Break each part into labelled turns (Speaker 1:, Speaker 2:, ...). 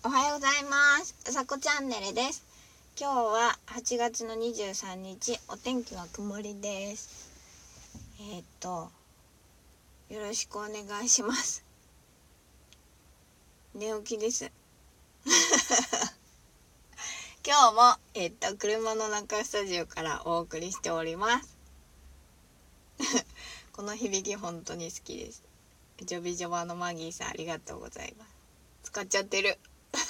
Speaker 1: おはようございます。さこチャンネルです。今日は8月の23日、お天気は曇りです。よろしくお願いします。寝起きです。今日も車の中スタジオからお送りしております。この響き本当に好きです。ジョビジョバのマギーさん、ありがとうございます。使っちゃってる。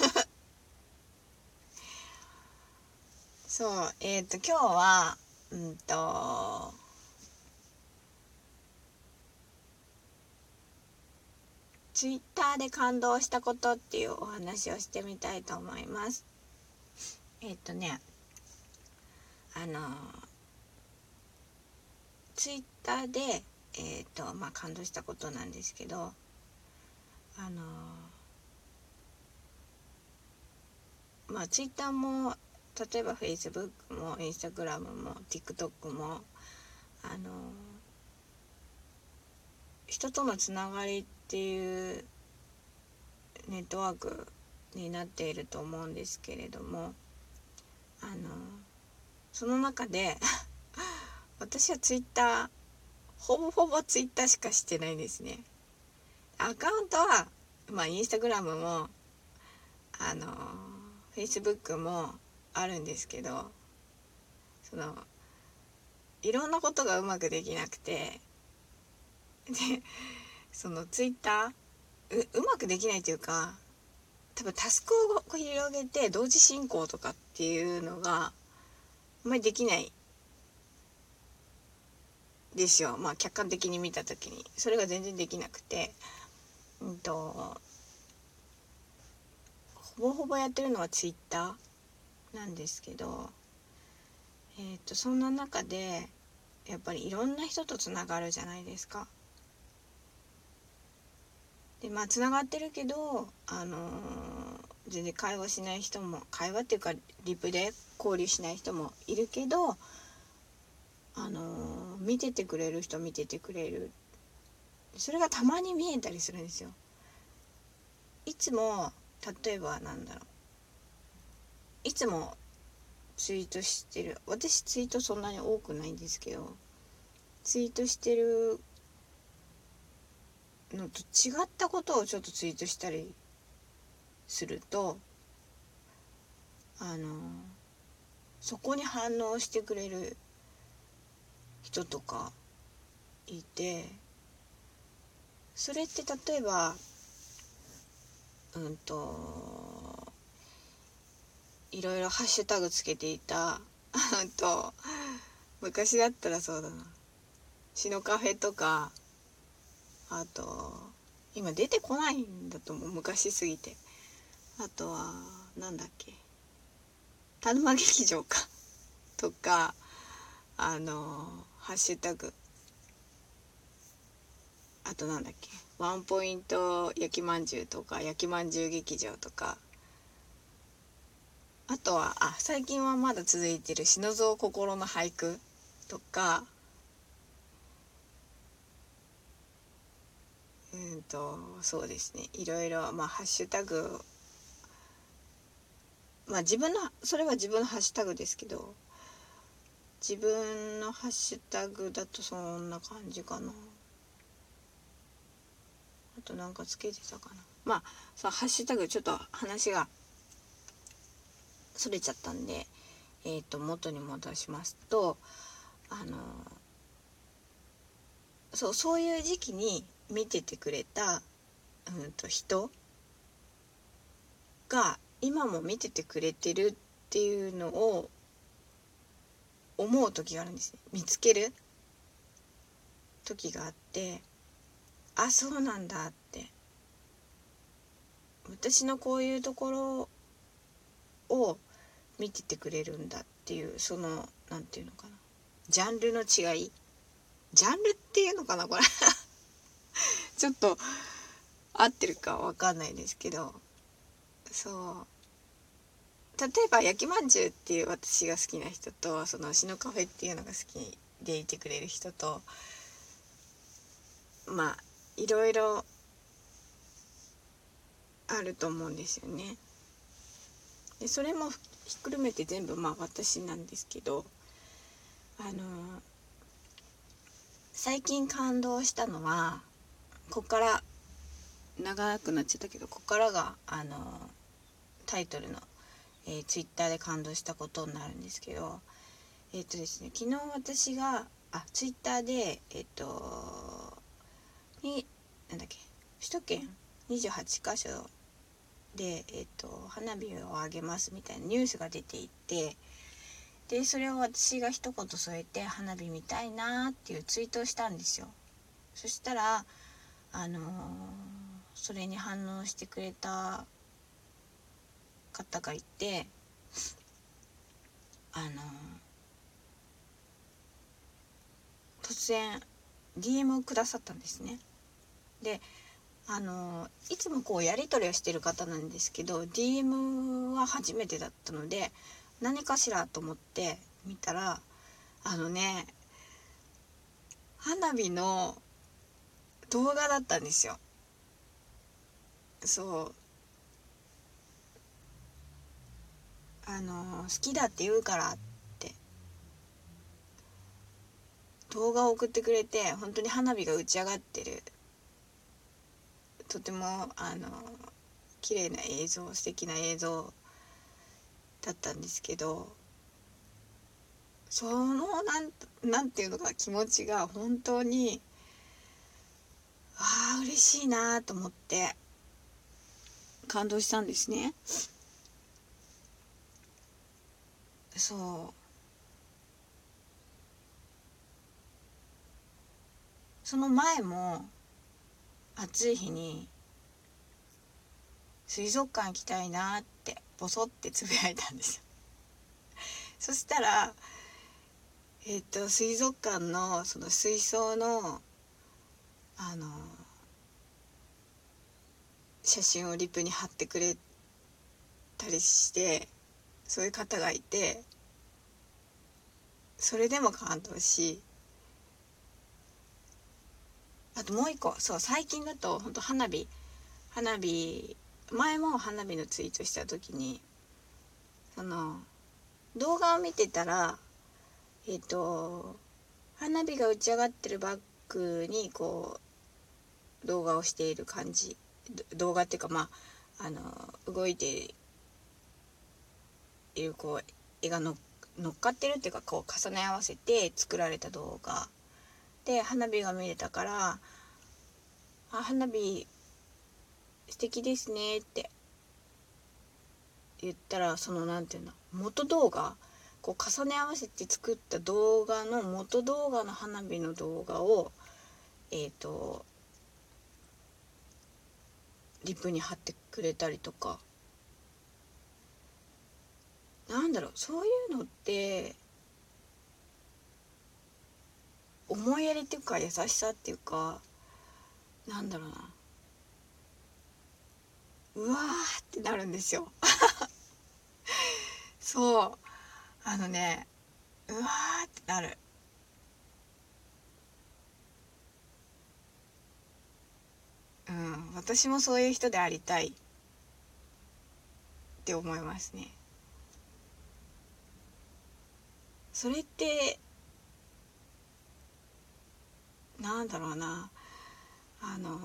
Speaker 1: そう、今日はツイッターで感動したことっていうお話をしてみたいと思います。ツイッターで感動したことなんですけど、ツイッターも例えばフェイスブックもインスタグラムも TikTok も人とのつながりっていうネットワークになっていると思うんですけれども、その中で私はツイッターほぼツイッターしかしてないんですね。アカウントはインスタグラムもフェイスブックもあるんですけど、いろんなことがうまくできなくて、でそのツイッターうまくできないというか、多分タスクを広げて同時進行とかっていうのがあんまりできないですよ。客観的に見た時にそれが全然できなくて、ほぼほぼやってるのはツイッターなんですけど、そんな中でやっぱりいろんな人とつながるじゃないですか。でつながってるけど全然会話しない人も、会話っていうかリプで交流しない人もいるけど、見ててくれる人見ててくれる、それがたまに見えたりするんですよ。いつも例えばいつもツイートしてる、私ツイートそんなに多くないんですけど、ツイートしてるのと違ったことをちょっとツイートしたりするとそこに反応してくれる人とかいて、それって例えばいろいろハッシュタグつけていた昔だったらそうだな、シノカフェとか、あと今出てこないんだと思う、昔すぎて。あとはなんだっけ、田沼劇場かとか、ハッシュタグ、あとなんだっけ、ワンポイント焼きまんじゅうとか、焼きまんじゅう劇場とか、あとは最近はまだ続いてる篠蔵心の俳句とか、そうですね、いろいろハッシュタグ、自分のそれは自分のハッシュタグですけど、自分のハッシュタグだとそんな感じかな。あとなんかつけてたかな。ハッシュタグ、ちょっと話がそれちゃったんで、元に戻しますと、そういう時期に見ててくれた、人が今も見ててくれてるっていうのを思う時があるんですね。見つける時があって、そうなんだって、私のこういうところを見ててくれるんだっていう、なんていうのかな、ジャンルの違い、ジャンルっていうのかなこれちょっと合ってるかわかんないですけど、例えば焼きまんじゅうっていう私が好きな人と、そのシノカフェっていうのが好きでいてくれる人と、いろいろあると思うんですよね。 でそれもひっくるめて全部私なんですけど、最近感動したのは、こっから長くなっちゃったけど、こっからがタイトルの、ツイッターで感動したことになるんですけど、ですね、昨日私がツイッターでなんだっけ、首都圏28カ所で、花火をあげますみたいなニュースが出ていて、でそれを私が一言添えて、花火見たいなっていうツイートをしたんですよ。そしたらそれに反応してくれた方がいて、突然 DM をくださったんですね。でいつもこうやり取りをしてる方なんですけど、 DM は初めてだったので、何かしらと思って見たら、花火の動画だったんですよ。そう、好きだって言うからって動画を送ってくれて、本当に花火が打ち上がってる、とても綺麗な映像、素敵な映像だったんですけど、そのなんていうのか、気持ちが本当に嬉しいなと思って感動したんですね。そう、その前も暑い日に水族館行きたいなってボソってつぶやいたんですよ。そしたら水族館のその水槽の写真をリプに貼ってくれたりして、そういう方がいて、それでも感動し、あともう一個、そう、最近だと本当花火、前も花火のツイートした時に、その動画を見てたら、花火が打ち上がってるバックにこう動画をしている感じ、動画っていうか、動いているこう絵が乗っかってるっていうか、こう重ね合わせて作られた動画で花火が見れたから、花火素敵ですねって言ったら、そのなんていうの、元動画、こう重ね合わせて作った動画の元動画の花火の動画をリプに貼ってくれたりとか、なんだろう、そういうのって思いやりっていうか、優しさっていうか、なんだろうな、うわーってなるんですよ。そう、うわーってなる。私もそういう人でありたいって思いますね。それってなんだろうな、あの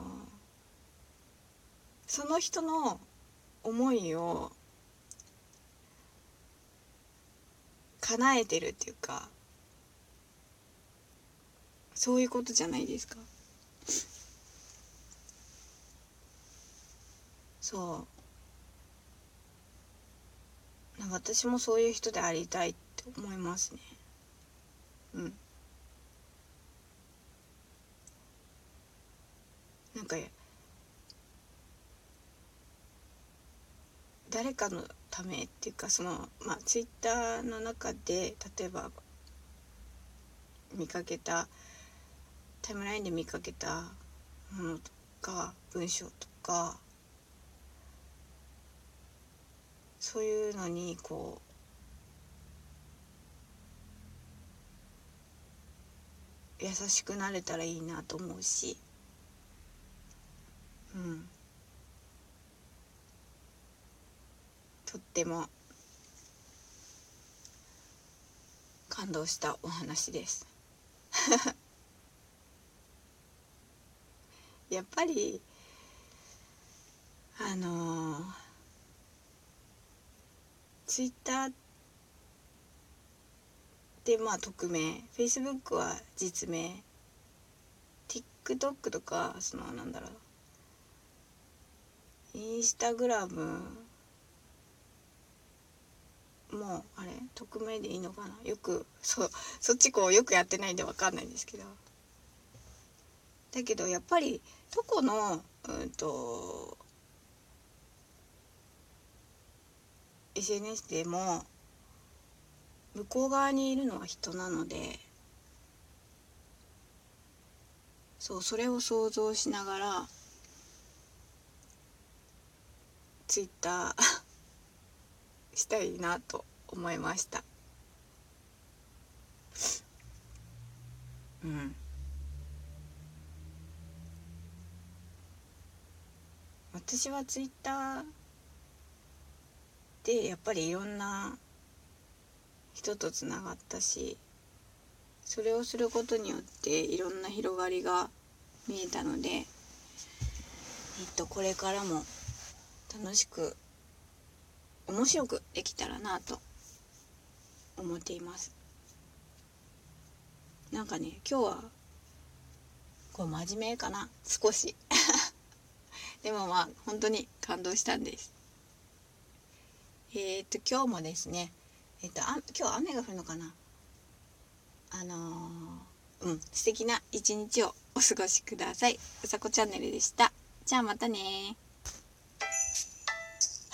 Speaker 1: その人の思いを叶えてるっていうか、そういうことじゃないですか。そう、なんか私もそういう人でありたいって思いますね。なんか誰かのためっていうか、ツイッターの中で例えば見かけた、タイムラインで見かけたものとか文章とか、そういうのにこう優しくなれたらいいなと思うし、とっても感動したお話です。やっぱりツイッターってまあ匿名、Facebook は実名、TikTok とかインスタグラムもうあれ匿名でいいのかな、よくそっちよくやってないんで分かんないんですけど、だけどやっぱりどこのSNS でも向こう側にいるのは人なので、それを想像しながらツイッターしたいなと思いました。私はツイッターでやっぱりいろんな人とつながったし、それをすることによっていろんな広がりが見えたので、これからも楽しく面白くできたらなと思っています。なんかね、今日は真面目かな少しでもまあ本当に感動したんです。今日もですね、今日雨が降るのかな、素敵な一日をお過ごしください。うさこチャンネルでした。じゃあまたね。